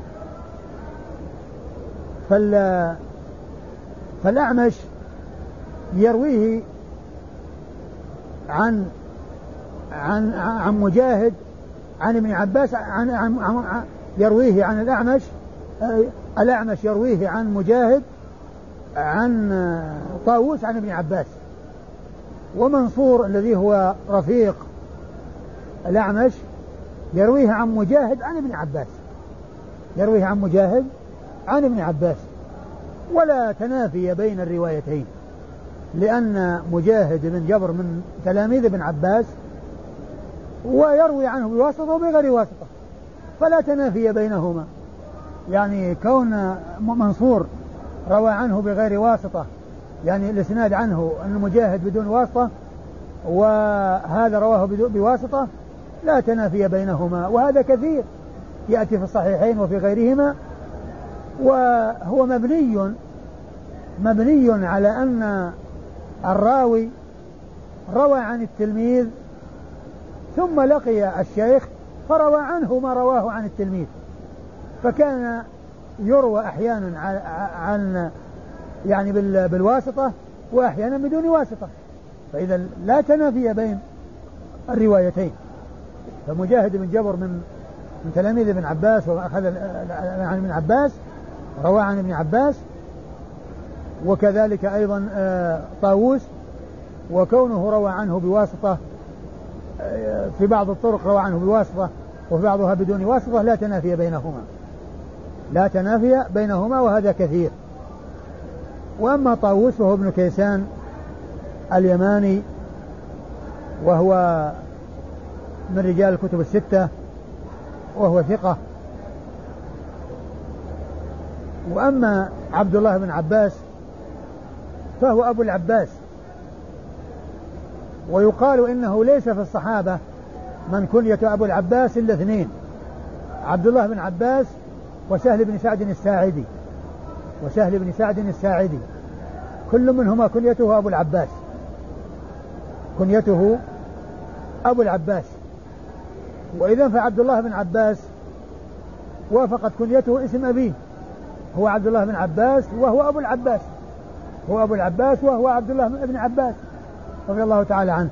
فالأعمش يرويه عن مجاهد عن ابن عباس، يرويه عن الأعمش، الأعمش يرويه عن مجاهد عن طاووس عن ابن عباس. ومنصور الذي هو رفيق الأعمش يرويه عن مجاهد عن ابن عباس، يرويه عن مجاهد عن ابن عباس، ولا تنافي بين الروايتين، لأن مجاهد بن جبر من تلاميذ ابن عباس ويروي عنه بواسطة وبغير واسطة، فلا تنافي بينهما. يعني كون منصور روى عنه بغير واسطة، يعني الإسناد عنه أن مجاهد بدون واسطة، وهذا رواه بواسطة، لا تنافي بينهما، وهذا كثير يأتي في الصحيحين وفي غيرهما. وهو مبني على أن الراوي روى عن التلميذ ثم لقي الشيخ فروى عنه ما رواه عن التلميذ، فكان يروى أحيانا عن يعني بالواسطة وأحيانا بدون واسطة، فإذا لا تنافي بين الروايتين. فمجاهد بن جبر من تلاميذ ابن عباس وأخذ عن ابن عباس، روى عن ابن عباس، وكذلك أيضا طاووس، وكونه روى عنه بواسطة في بعض الطرق روى عنه بواسطة وفي بعضها بدون واسطة لا تنافي بينهما وهذا كثير. وأما طاووس فهو ابن كيسان اليماني، وهو من رجال الكتب الستة، وهو ثقة. وأما عبد الله بن عباس فهو أبو العباس، ويقال إنه ليس في الصحابة من كنية أبو العباس إلا اثنين: عبد الله بن عباس وسهل بن سعد الساعدي، كل منهما كنيته أبو العباس. وإذا فعبد الله بن عباس وافقت كنيته اسم أبيه، هو عبد الله بن عباس وهو أبو العباس، وهو عبد الله بن عباس رضي الله تعالى عنه.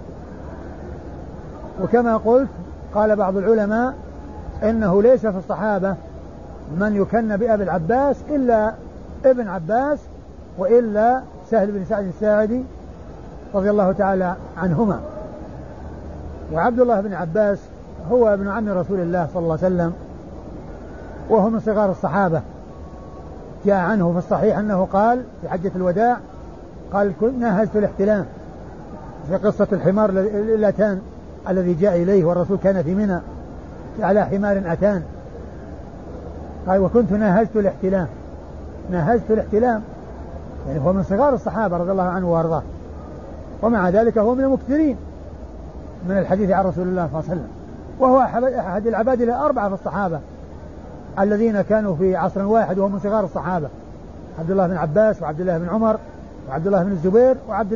وكما قلت قال بعض العلماء إنه ليس في الصحابة من يكن بأبي العباس إلا ابن عباس وإلا سهل بن سعد الساعدي رضي الله تعالى عنهما. وعبد الله بن عباس هو ابن عم رسول الله صلى الله عليه وسلم، وهو من صغار الصحابة. جاء عنه في الصحيح أنه قال في حجة الوداع قال: ناهزت الاحتلام، في قصة الحمار الأتان الذي جاء إليه والرسول كان في منى على حمار أتان، قال: وكنت ناهزت الاحتلام، يعني هو من صغار الصحابة رضي الله عنه وارضاه، ومع ذلك هو من المكثرين من الحديث عن رسول الله صلى الله عليه وسلم، وهو أحد العباد الأربعة في الصحابة الذين كانوا في عصر واحد، وهم من صغار الصحابة: عبد الله بن عباس وعبد الله بن عمر وعبد الله بن الزبير وعبد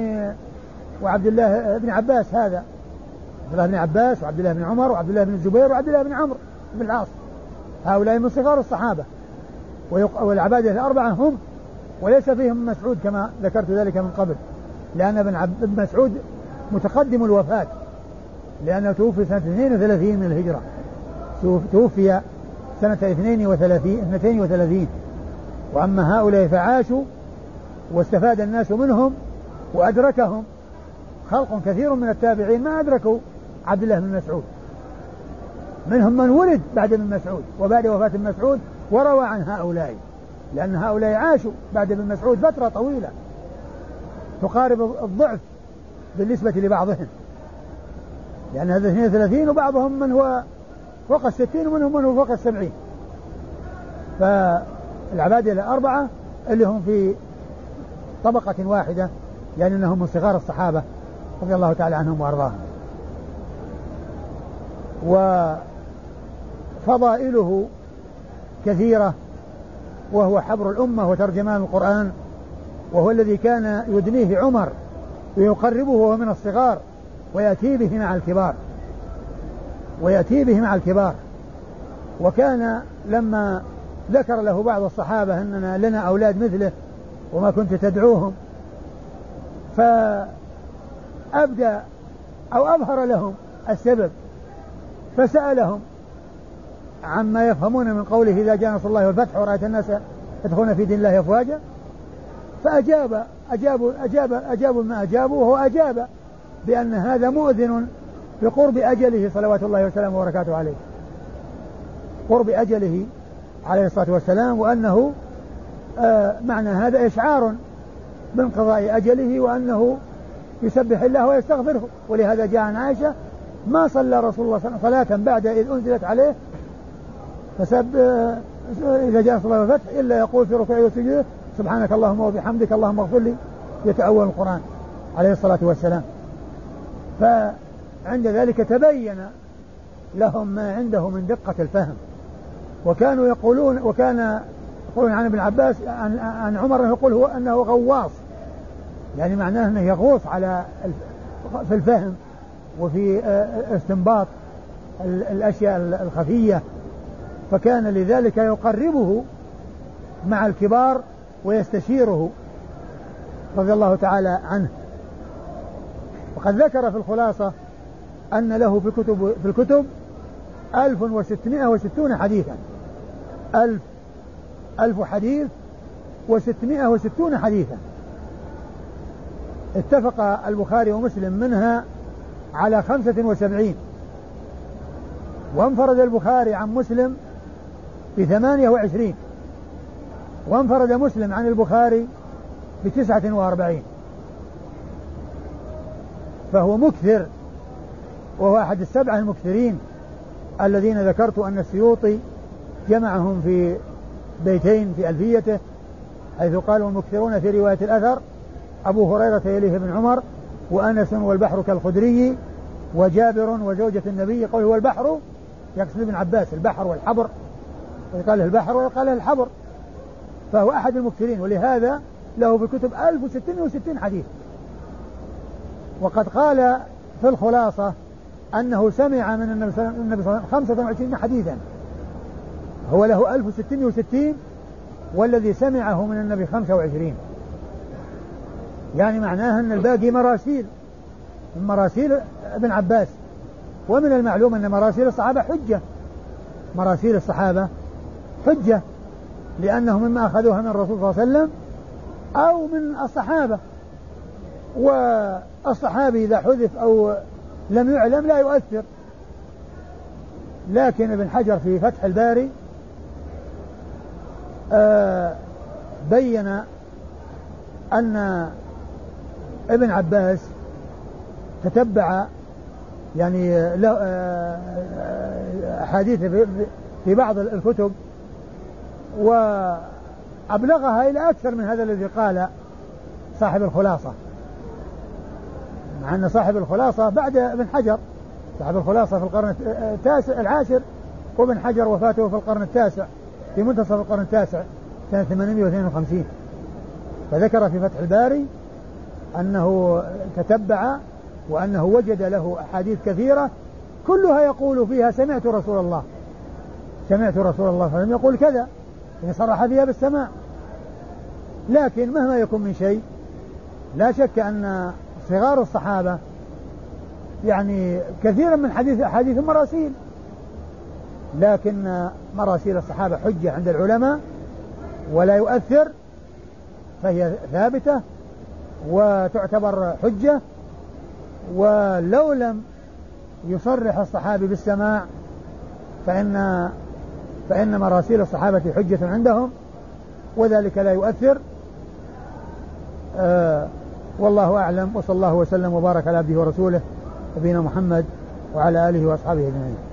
الله بن عباس، هذا عبد الله بن عباس وعبد الله بن عمر وعبد الله بن الزبير وعبد الله بن عمرو بن العاص، هؤلاء من صغار الصحابة. والعبادة الأربعة هم، وليس فيهم مسعود كما ذكرت ذلك من قبل، لأن ابن مسعود متقدم الوفاة، لأنه توفي سنة 32 من الهجرة، توفي سنة 32. وأما هؤلاء فعاشوا واستفاد الناس منهم وأدركهم خلق كثير من التابعين ما أدركوا عبد الله بن مسعود، منهم من ولد بعد ابن مسعود وبعد وفاة ابن مسعود وروى عن هؤلاء، لأن هؤلاء عاشوا بعد ابن مسعود فترة طويلة تقارب الضعف بالنسبة لبعضهم، لأن هذا 32 وبعضهم من هو فوق 60 ومنهم من هو فوق 70. فالعبادة الأربعة اللي هم في طبقة واحدة، يعني أنهم من صغار الصحابة رضي الله تعالى عنهم وأرضاهم. وفضائله كثيرة، وهو حبر الأمة وترجمان القرآن، وهو الذي كان يدنيه عمر ويقربه وهو من الصغار ويأتي به مع الكبار. وكان لما ذكر له بعض الصحابة أننا لنا أولاد مثله وما كنت تدعوهم، فأبدى أو أظهر لهم السبب، فسألهم عما يفهمون من قوله: إذا جاء نصر الله والفتح ورأيت الناس يدخلون في دين الله أفواجا. فأجابوا ما أجابوا، وهو أجاب بأن هذا مؤذن بقرب أجله صلوات الله وسلامه وبركاته عليه، قرب أجله عليه الصلاة والسلام، وأنه معنى هذا إشعار بانقضاء أجله، وأنه يسبح الله ويستغفره. ولهذا جاء عن عائشة: ما صلى رسول الله صلاة بعد إذ أنزلت عليه إذا جاء صلاة الفتح إلا يقول في ركوعه وسجوده: سبحانك اللهم وبحمدك اللهم اغفر لي، يتأول القرآن عليه الصلاة والسلام. فعند ذلك تبين لهم ما عنده من دقة الفهم. وكانوا يقولون عن ابن عباس عن عمر يقول هو أنه غواص، يعني معناه أنه يغوص في الفهم وفي استنباط الأشياء الخفية فكان لذلك يقربه مع الكبار ويستشيره رضي الله تعالى عنه. وقد ذكر في الخلاصة أن له في الكتب 1660 حديثا، 1000 حديث و660 حديثا، اتفق البخاري ومسلم منها على 75، وانفرد البخاري عن مسلم ب28، وانفرد مسلم عن البخاري ب49، فهو مكثر، وهو أحد السبعة المكثرين الذين ذكرت أن السيوطي جمعهم في بيتين في ألفيته، حيث قال والمكثرون في رواية الأثر أبو هريرة يليه ابن عمر وأنس والبحر كالخدري وجابر وزوجة النبي. قوله هو البحر يقصد ابن عباس، البحر والحبر، ويقال البحر ويقال الحبر، فهو أحد المكثرين، ولهذا له في كتب 1066 حديث. وقد قال في الخلاصة أنه سمع من النبي صلى الله عليه وسلم 25 حديثا، هو له 1066 والذي سمعه من النبي 25، يعني معناه أن الباقي مراسيل من مراسيل ابن عباس. ومن المعلوم أن مراسيل الصحابة حجة، مراسيل الصحابة حجة، لأنهم مما أخذوها من الرسول صلى الله عليه وسلم أو من الصحابة، والصحابي إذا حذف أو لم يعلم لا يؤثر. لكن ابن حجر في فتح الباري بين أن ابن عباس تتبع يعني أحاديث في بعض الكتب وأبلغها إلى أكثر من هذا الذي قال صاحب الخلاصة، مع أن صاحب الخلاصة بعد ابن حجر، صاحب الخلاصة في القرن العاشر، وابن حجر وفاته في القرن التاسع، في منتصف القرن التاسع سنة 852. فذكر في فتح الباري أنه تتبع وأنه وجد له أحاديث كثيرة كلها يقول فيها سمعت رسول الله صلى الله عليه وسلم يقول كذا، يعني صرح فيها بالسماع. لكن مهما يكون من شيء لا شك أن صغار الصحابة يعني كثيرا من حديث مراسيل، لكن مراسيل الصحابة حجة عند العلماء ولا يؤثر، فهي ثابتة وتعتبر حجة. ولو لم يصرح الصحابي بالسماع فإن مراسيل الصحابة حجة عندهم وذلك لا يؤثر. والله أعلم، وصلى الله وسلم وبارك على عبده ورسوله نبينا محمد وعلى آله وأصحابه أجمعين.